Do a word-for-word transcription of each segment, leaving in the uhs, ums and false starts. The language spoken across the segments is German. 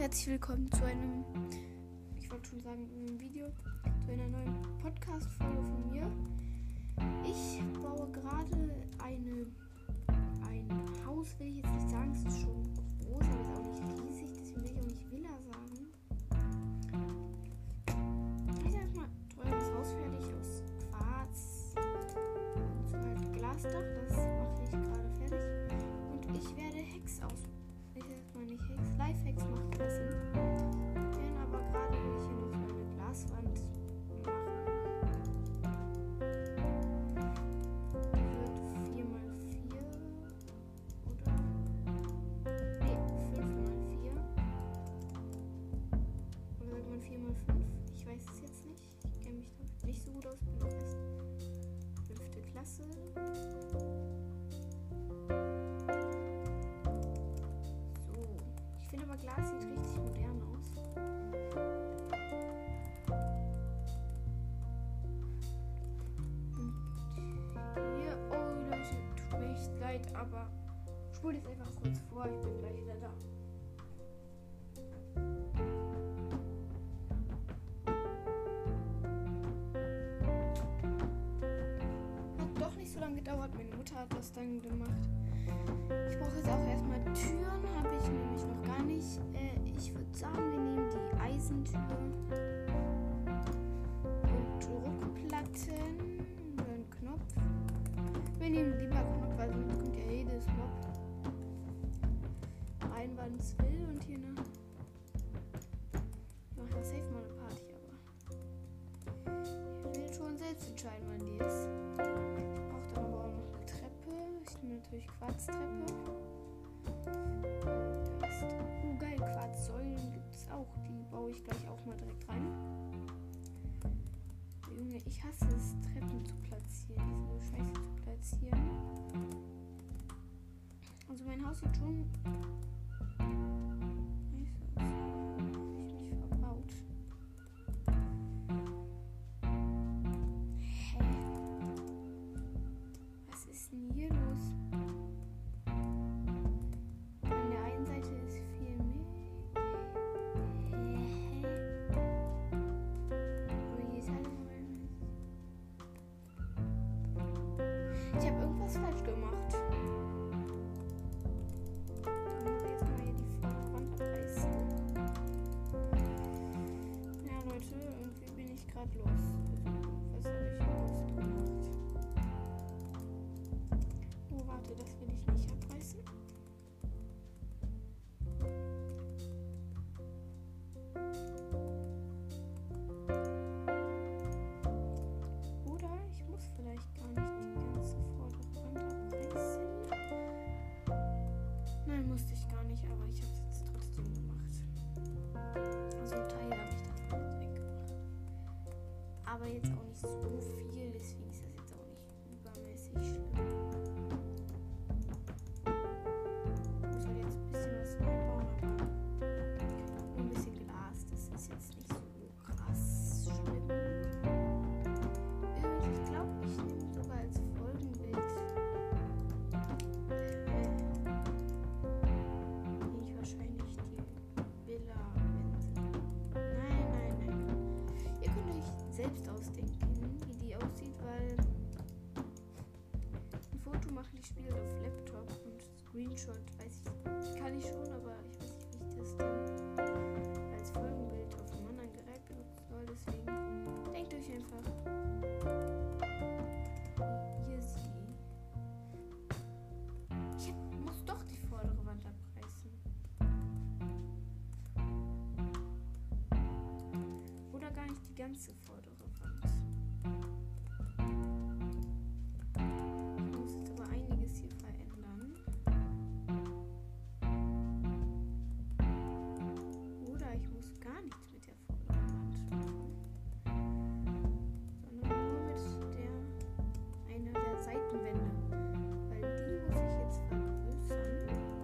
herzlich willkommen zu einem, ich wollte schon sagen, einem Video, zu einer neuen Podcast-Folge von mir. Ich baue gerade eine, ein Haus, will ich jetzt nicht sagen, es ist schon groß, aber es ist auch nicht riesig, deswegen will ich auch nicht Villa sagen. Ich habe erstmal ein teures Haus fertig aus Quarz und so halt Glasdach, das mache ich gerade fertig. Und ich werde Hacks aus, ich sag mal nicht Hacks, Lifehacks machen lassen. Wir werden aber gerade will ich hier noch so eine Glaswand machen. Die wird vier mal vier oder? Ne, fünf mal vier. Oder sagt man vier mal fünf? Ich weiß es jetzt nicht. Ich kenne mich damit nicht so gut aus. Bin noch erst fünfte Klasse. Ich finde aber Glas sieht richtig modern aus. Und hier, oh Leute, tut mir echt leid, aber spule jetzt einfach kurz vor, ich bin gleich wieder da. Hat doch nicht so lange gedauert, meine Mutter hat das dann gemacht. Ich brauche jetzt auch erstmal Türen, habe ich nämlich noch gar nicht. Äh, ich würde sagen, wir nehmen die Eisentür und Druckplatten und einen Knopf. Wir nehmen lieber Knopf, weil sonst kommt ja jedes Mob rein, wann es will. Und hier eine. Ich mache ja safe mal eine Party, aber ich will schon selbst entscheiden, wann die ist. Ich brauche dann aber auch noch eine Treppe. Ich nehme natürlich Quarztreppe. Das ist, oh geil, Quarzsäulen gibt es auch. Die baue ich gleich auch mal direkt rein. Junge, ich hasse es, Treppen zu platzieren. Die sind so scheiße zu platzieren. Also mein Haus sieht schon nice aus. Habe ich mich verbaut. Hä? Was ist denn hier los? An der einen Seite ist viel mehr. Hä? Aber hier ist alles mal. Ich habe irgendwas falsch gemacht. Dann muss ich jetzt mal hier die Wand abreißen. Ja, Leute, irgendwie bin ich gerade los. Was habe ich los gemacht? Oh, warte, das will ich nicht abreißen. Oder ich muss vielleicht gar nicht die ganze vordere Wand abreißen. Nein, musste ich gar nicht, aber ich habe es jetzt trotzdem gemacht. Also ein Teil habe ich davon jetzt weggemacht. Aber jetzt auch nicht so viel, deswegen ist das jetzt auch nicht übermäßig schlimm. Ich muss halt jetzt ein bisschen was neu bauen, aber nur ein bisschen Glas, das ist jetzt nicht so krass schlimm. Irgendwie, ich glaube, ich nehme sogar als Folgenbild. Äh, nehme ich wahrscheinlich die Villa. Nein, nein, nein. Ihr könnt euch selbst ausdenken, wie die aussieht, weil ein Foto machen, die spielt auf Laptop und Screenshot, weiß ich, kann ich schon, aber ich weiß nicht, wie ich das dann als Folgenbild auf einem anderen Gerät benutzen soll, deswegen denkt euch einfach, hier sie. Ich muss doch die vordere Wand abreißen. Oder gar nicht die ganze vordere Wand. Ich muss jetzt aber einiges hier verändern. Oder ich muss gar nichts mit der vorderen Wand machen. Sondern nur mit der einer der Seitenwände. Weil die muss ich jetzt vergrößern.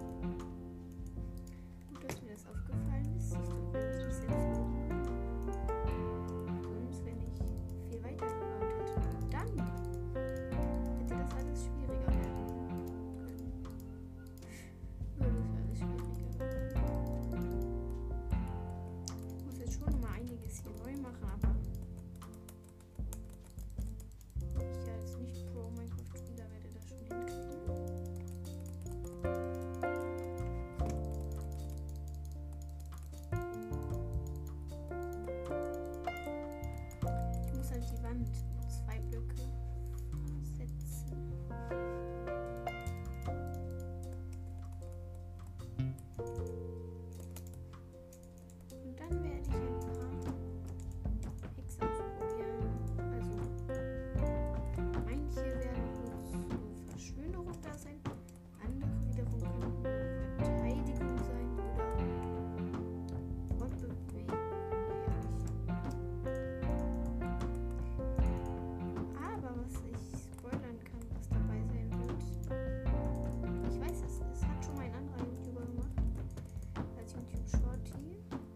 Gut, dass mir das aufgefallen ist. Ich drücke nämlich das jetzt oben. Sonst, wenn ich da sein. Andere wiederum können Verteidigung sein oder Fortbewegung. Aber was ich spoilern kann, was dabei sein wird, ich weiß es, es hat schon mal ein anderer YouTuber gemacht, als YouTube Shorty.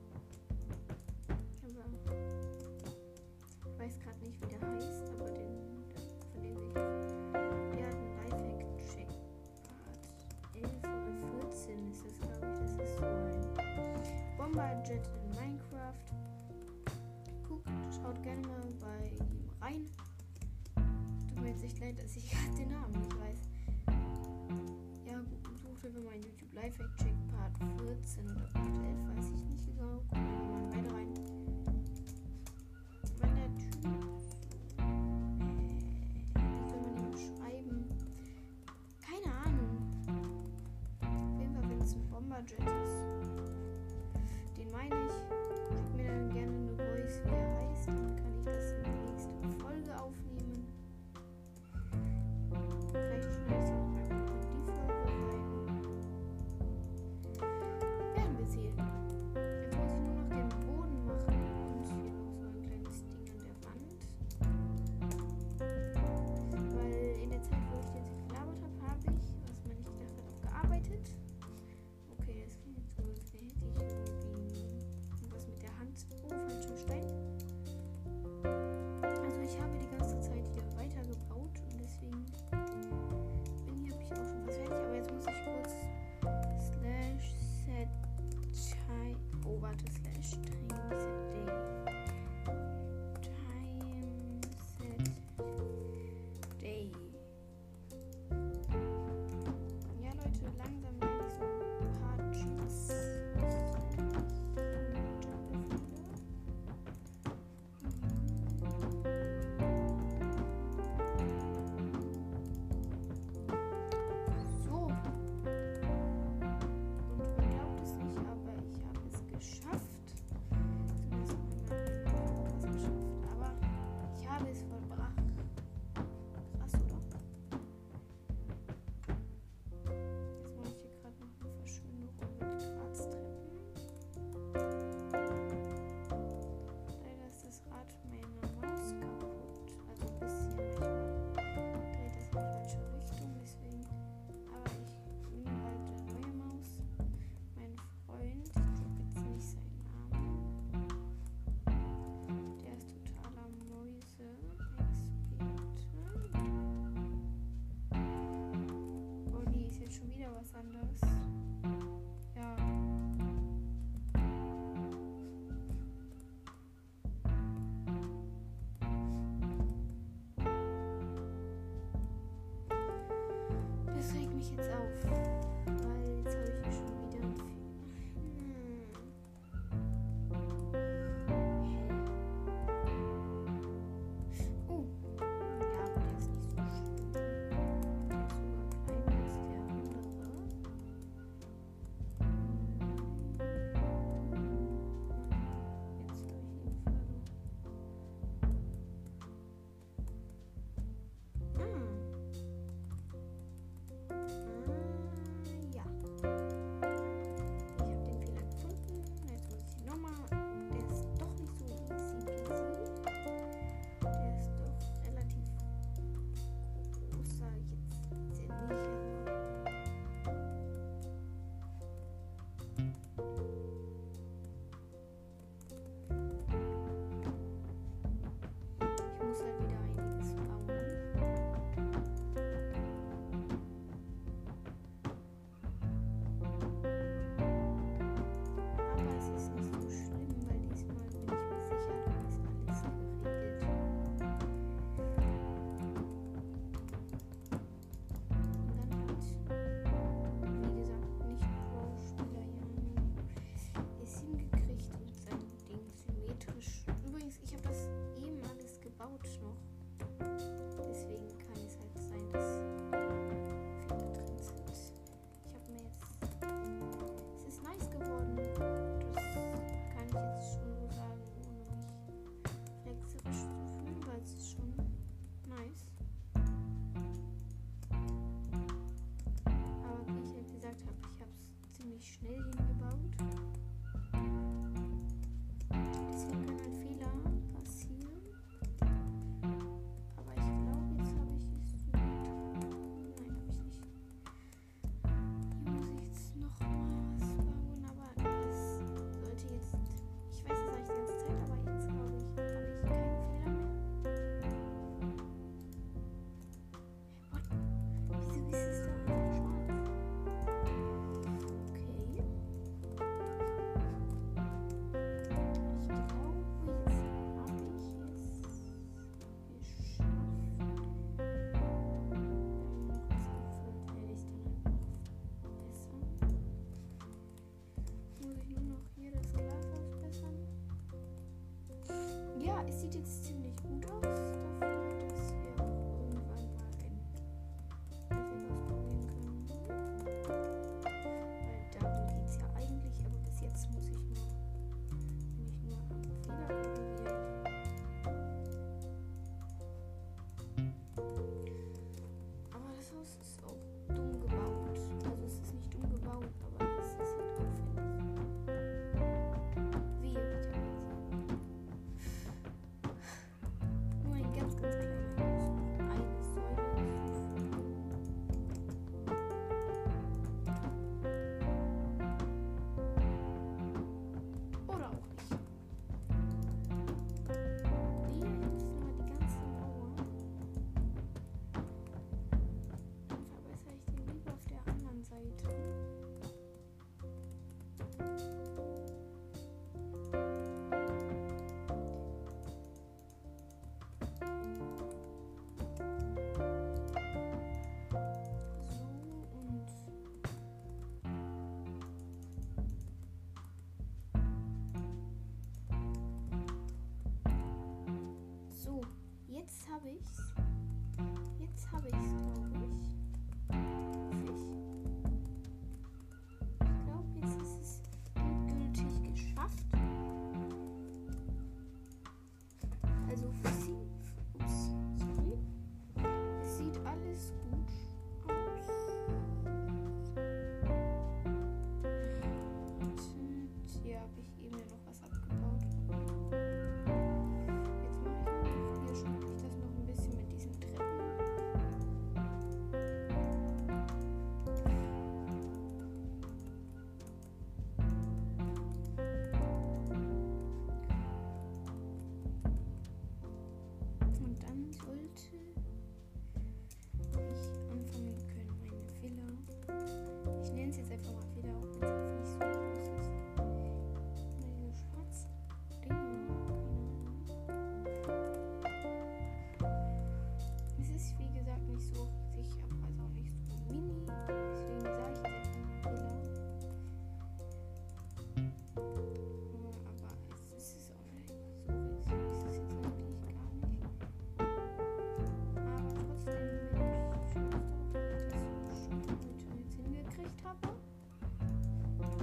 Aber ich weiß gerade nicht, wie der heißt, aber den, von dem ich, der hat einen Lifehack-Check. elf oder vierzehn ist das, glaube ich. Das ist so ein Bomberjet in Minecraft. Guckt, schaut gerne mal bei ihm rein. Tut mir jetzt echt leid, dass ich gerade den Namen nicht weiß. Ja, sucht einfach mal YouTube Lifehack-Check Part vierzehn oder Part elf, weiß ich nicht genau. Gucken wir mal beide rein. Wenn der Typ so, äh, wie soll man ihn beschreiben? Keine Ahnung. Auf jeden Fall, wenn es ein Bomberjet ist. Den meine ich. Schickt mir dann gerne eine Voice, wie er heißt. Dann kann ich das in der nächsten Folge aufnehmen. Vielleicht schneide ich es auch einfach in die Folge rein. Werden wir sehen. Jetzt muss ich nur noch den Boden machen und hier noch so ein kleines Ding an der Wand. Weil in der Zeit, wo ich jetzt gelabert habe, habe ich, was man nicht gedacht hat, auch gearbeitet. Okay, das ging sieht jetzt ziemlich gut aus, dafür, dass wir auch irgendwann mal ein Lifehack ausprobieren können. Weil darum geht es ja eigentlich, aber bis jetzt muss ich nur, bin ich nur am Fehler korrigieren. Aber das Haus ist auch dumm gebaut. Also es ist nicht dumm gebaut, aber es ist halt auffällig. Wehe, bitte. Nur ein ganz, ganz kleiner Haus. Eine Säule hinzufügen. Oder auch nicht. Nee, wir müssen mal die ganze Mauer. Dann verbessere ich den lieber auf der anderen Seite. So, und so, jetzt habe ich's. Jetzt habe ich's, glaube ich. Hoffe ich. Ich glaube, jetzt ist es endgültig geschafft. Also, es sieht, ups, sorry. Es sieht alles gut aus. Und hier habe ich eben noch was abgebaut. Jetzt mache ich nur noch, hier schmücke ich das noch ein bisschen mit diesen Treppen. Und dann sollte ich anfangen können, meine Villa. Ich nenne es jetzt einfach mal Villa, auch wenn es jetzt nicht so groß ist. Oder diese schwarzen Dinge, keine Ahnung. Es ist wie gesagt nicht so riesig, aber also auch nicht so mini. Deswegen sage ich jetzt einfach mal Villa. Aber es ist auch nicht so riesig. Es ist jetzt eigentlich gar nicht. Aber trotzdem bin ich stolz darauf, dass ich das so schön heute jetzt hingekriegt habe. Ja, ich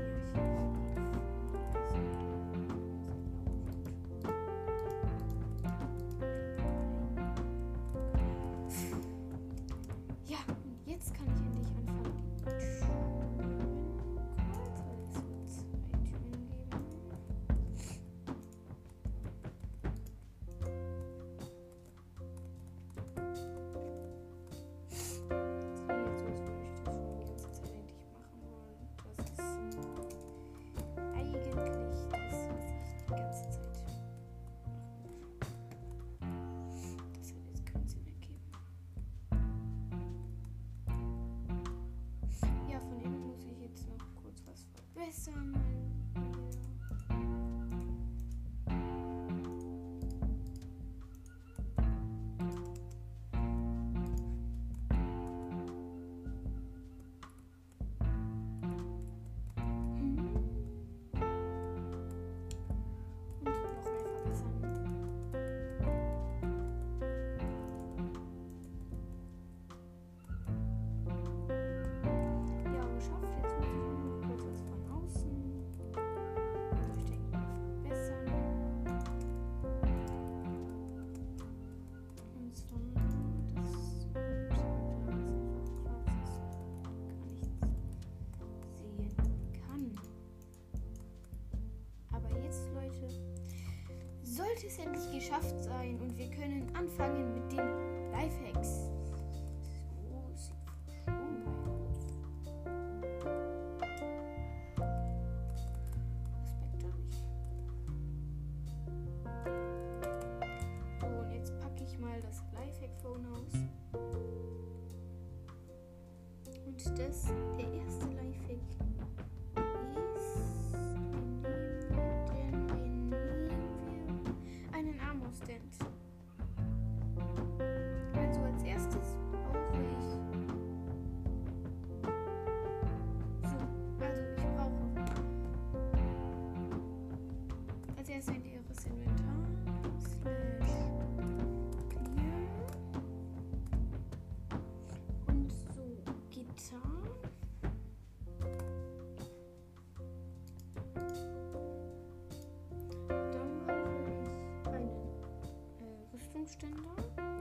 Ja, und jetzt kann ich endlich anfangen, die Türen kreuz, weil es wird zwei Türen geben. Das klingt jetzt so, als würde ich das schon die ganze Zeit endlich machen wollen. Das ist eigentlich das, was ich die ganze Zeit machen muss. Das hat jetzt keinen Sinn ergeben. Ja, von innen muss ich jetzt noch kurz was verbessern. Mal wieder. Hm. Und noch mehr verbessern. Ja, geschafft. Jetzt muss ich nur noch kurz was von außen. Also ich denke mal verbessern. Und zwar das und da ist einfach Platz, dass man gar nichts sehen kann. Aber jetzt, Leute, sollte es endlich geschafft sein und wir können anfangen mit den Lifehacks. So sieht schon geil aus. Respekt da nicht. So, und jetzt packe ich mal das Lifehack-Phone aus. Und das, der erste Lifehack ist, wen nehmen wir denn? Wen nehmen wir? Einen Armbruststand. Also als erstes brauche ich. So, also ich brauche als erstes ein leeres Inventar. Das Aufständer.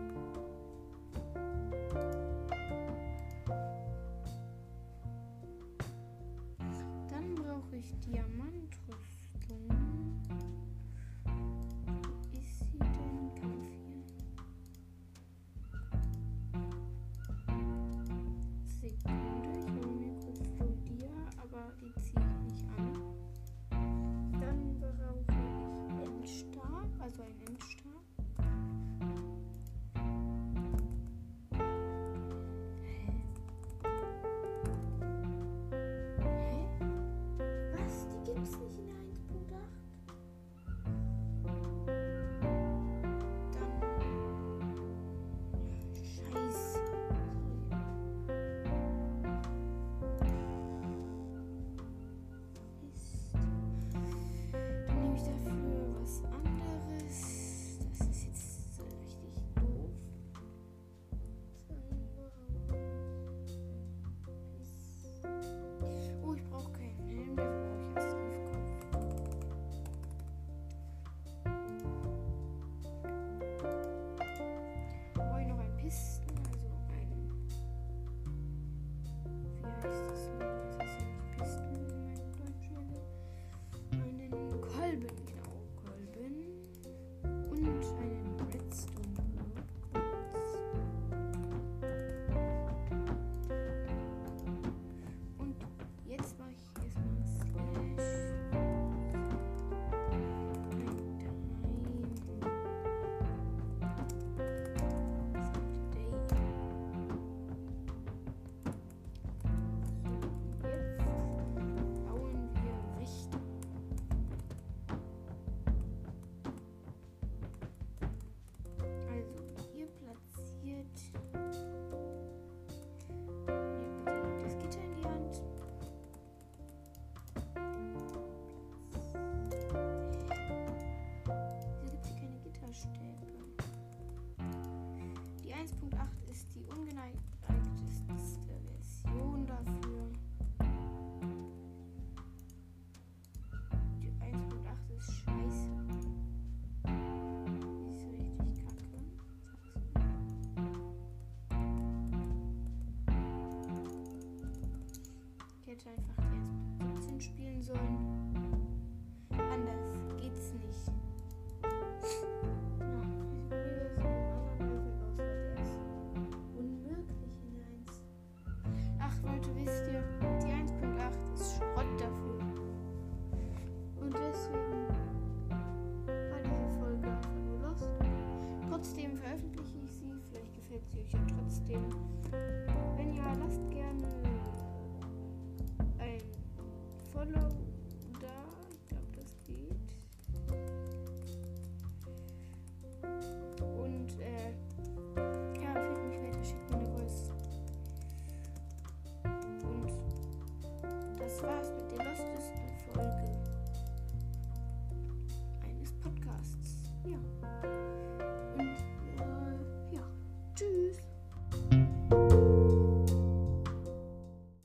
Dann brauche ich Diamantrüstung. Wo ist sie denn? Kampf hier. Sekunde, ich hole mir kurz Flodia, aber die ziehe ich nicht an. Dann brauche ich Endstab, also ein Endstab. eins Punkt acht ist die ungeneigteste Version dafür. Die eins Punkt acht ist scheiße. Die ist richtig kacke. Ich hätte einfach die eins Punkt siebzehn spielen sollen. Anders geht's nicht. Leute, wisst ihr, die eins Punkt acht ist Schrott dafür. Und deswegen war diese Folge einfach nur lost. Trotzdem veröffentliche ich sie. Vielleicht gefällt sie euch ja trotzdem. Wenn ja, lasst gerne ein Follow da. Ich glaube, das geht. Und, äh, ja, empfehlt mich weiter, schickt mir eine Voice. Das war's mit der lostesten Folge eines Podcasts. Ja.